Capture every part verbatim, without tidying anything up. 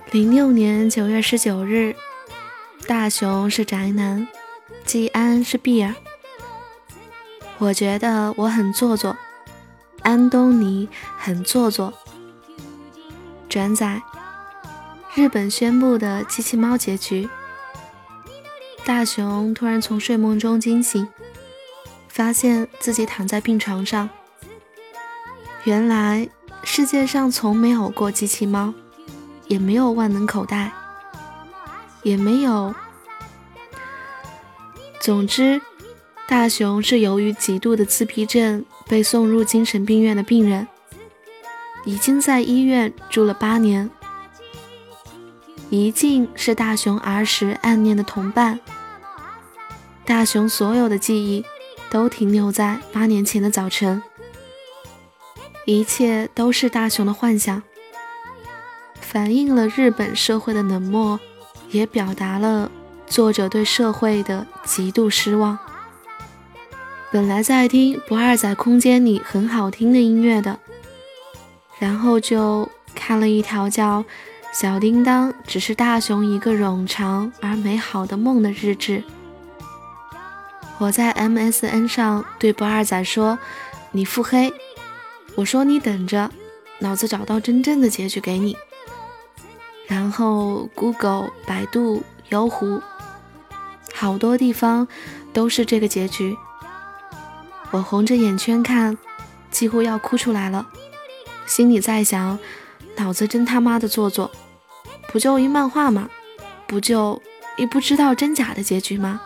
零六年九月十九日，大雄是宅男，季安是 B 儿。我觉得我很做作，安东尼很做作。转载，日本宣布的机器猫结局。大雄突然从睡梦中惊醒，发现自己躺在病床上。原来世界上从没有过机器猫，也没有万能口袋，也没有……总之，大雄是由于极度的自闭症被送入精神病院的病人，已经在医院住了八年。怡静是大雄儿时暗恋的同伴，大雄所有的记忆都停留在八年前的早晨，一切都是大雄的幻想，反映了日本社会的冷漠，也表达了作者对社会的极度失望。本来在听不二在空间里很好听的音乐的，然后就看了一条叫小叮当只是大雄一个冗长而美好的梦的日志。我在 M S N 上对不二仔说，你腹黑，我说你等着，老子找到真正的结局给你。然后 Google、百度、优狐，好多地方都是这个结局。我红着眼圈看，几乎要哭出来了，心里在想，老子真他妈的做作，不就一漫画吗？不就一不知道真假的结局吗？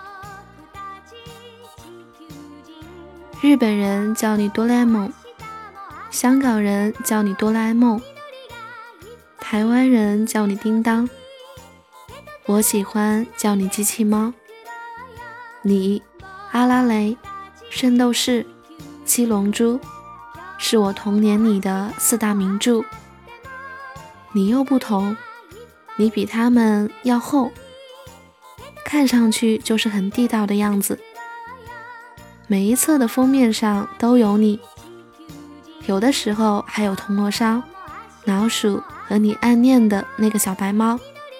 日本人叫你哆啦 A 梦，香港人叫你哆啦 A 梦，台湾人叫你叮当，我喜欢叫你机器猫。你阿拉蕾、圣斗士、七龙珠是我童年里的四大名著。你又不同，你比他们要厚，看上去就是很地道的样子。每一册的封面上都有你，有的时候还有铜锣烧、老鼠和你暗恋的那个小白猫。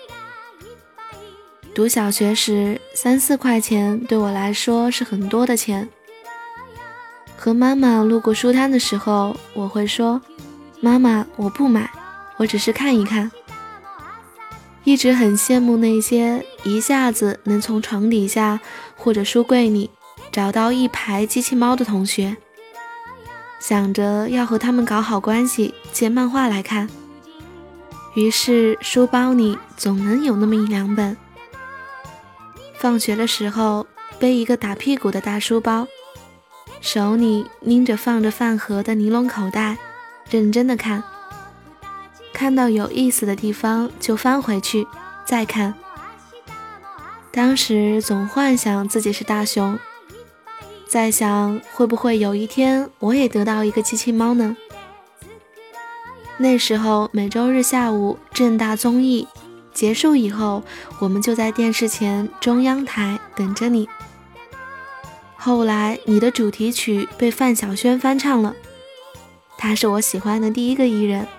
读小学时，三四块钱对我来说是很多的钱。和妈妈路过书摊的时候，我会说，妈妈，我不买，我只是看一看。一直很羡慕那些一下子能从床底下或者书柜里找到一排机器猫的同学，想着要和他们搞好关系，借漫画来看。于是书包里总能有那么一两本。放学的时候背一个打屁股的大书包，手里拎着放着饭盒的尼龙口袋，认真的看。看到有意思的地方就翻回去再看。当时总幻想自己是大雄，在想会不会有一天我也得到一个机器猫呢？那时候每周日下午正大综艺结束以后，我们就在电视前中央台等着你。后来你的主题曲被范晓萱翻唱了，她是我喜欢的第一个艺人。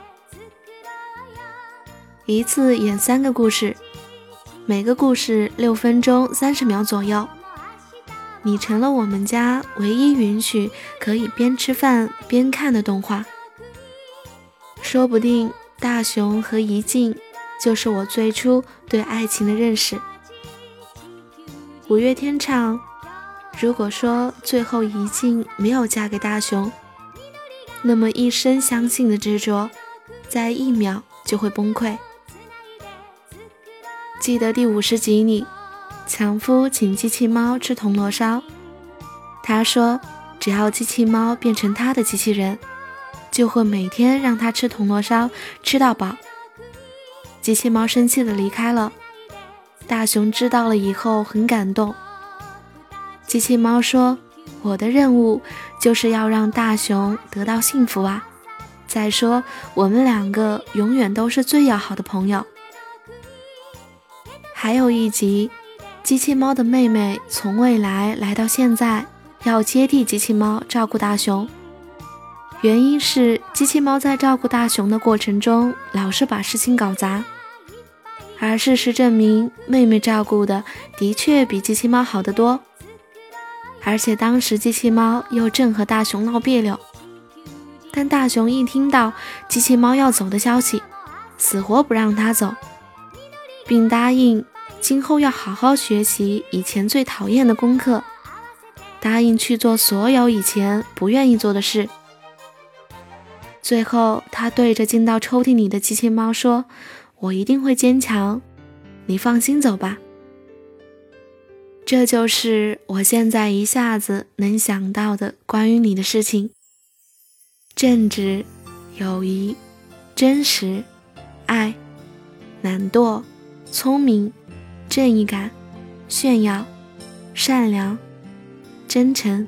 一次演三个故事，每个故事六分钟三十秒左右。你成了我们家唯一允许可以边吃饭边看的动画。说不定大雄和怡静就是我最初对爱情的认识。五月天唱，如果说最后怡静没有嫁给大雄，那么一生相信的执着在一秒就会崩溃。记得第五十集里，强夫请机器猫吃铜锣烧，他说只要机器猫变成他的机器人，就会每天让他吃铜锣烧吃到饱。机器猫生气地离开了，大雄知道了以后很感动。机器猫说，我的任务就是要让大雄得到幸福啊，再说我们两个永远都是最要好的朋友。还有一集，机器猫的妹妹从未来来到现在，要接替机器猫照顾大雄。原因是机器猫在照顾大雄的过程中老是把事情搞砸， 而事实证明，妹妹照顾的的确比机器猫好得多。而且当时机器猫又正和大熊闹别扭，但大熊一听到机器猫要走的消息，死活不让它走，并答应今后要好好学习以前最讨厌的功课，答应去做所有以前不愿意做的事。最后他对着进到抽屉里的机器猫说，我一定会坚强，你放心走吧。这就是我现在一下子能想到的关于你的事情。正直、友谊、真实、爱、懒惰、聪明、正义感、炫耀、善良、真诚。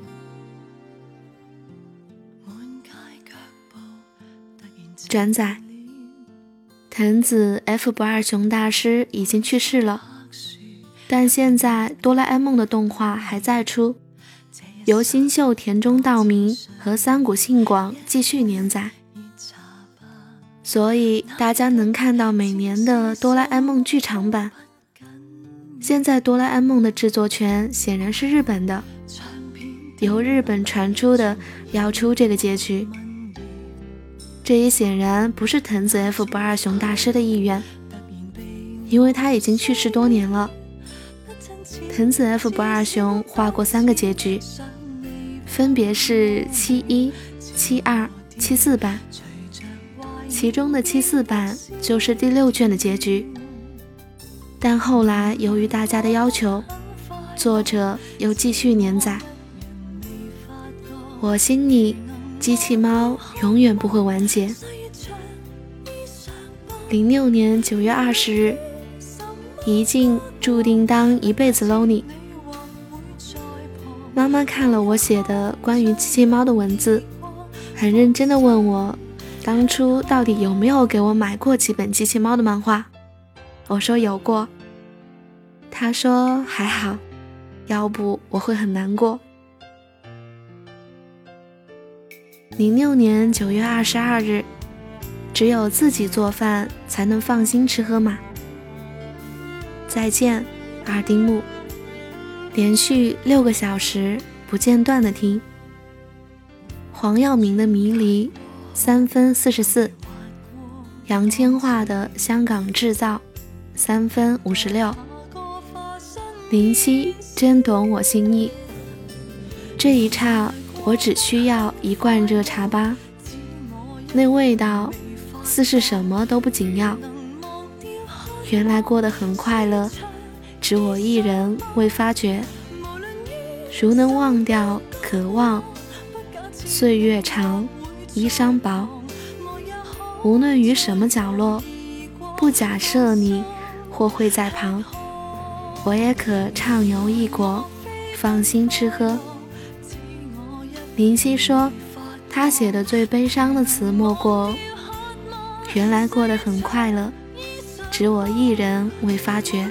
转载，藤子 F 不二雄大师已经去世了，但现在哆啦 A 梦的动画还在出，由新秀田中道明和三谷幸广继续连载，所以大家能看到每年的哆啦 A 梦剧场版。现在哆啦 A 梦的制作权显然是日本的，由日本传出的要出这个结局，这也显然不是藤子 F 不二雄大师的意愿，因为他已经去世多年了。藤子 F 不二雄画过三个结局，分别是七一、七二、七四版，其中的七四版就是第六卷的结局。但后来由于大家的要求，作者又继续连载。我心里机器猫永远不会完结。零六年九月二十日，一静注定当一辈子 lonely。妈妈看了我写的关于机器猫的文字，很认真地问我，当初到底有没有给我买过几本机器猫的漫画？我说有过。她说还好，要不我会很难过。零六年九月二十二日，只有自己做饭才能放心吃喝嘛。再见，二丁目。连续六个小时不间断的听。黄耀明的《迷离》三分四十四，杨千嬅的《香港制造》三分五十六。林夕真懂我心意，这一刹我只需要一罐热茶吧，那味道似是什么都不紧要。原来过得很快乐，只我一人未发觉。如能忘掉渴望，岁月长，衣裳薄。无论于什么角落，不假设你或会在旁，我也可畅游异国，放心吃喝。林夕说，他写的最悲伤的词莫过原来过得很快乐，只我一人未发觉。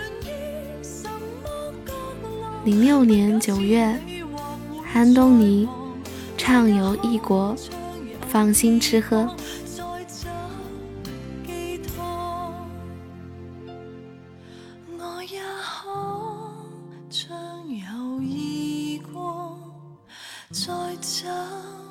零六年九月，安东尼畅游异国，放心吃喝。 我也可暢遊異國，再找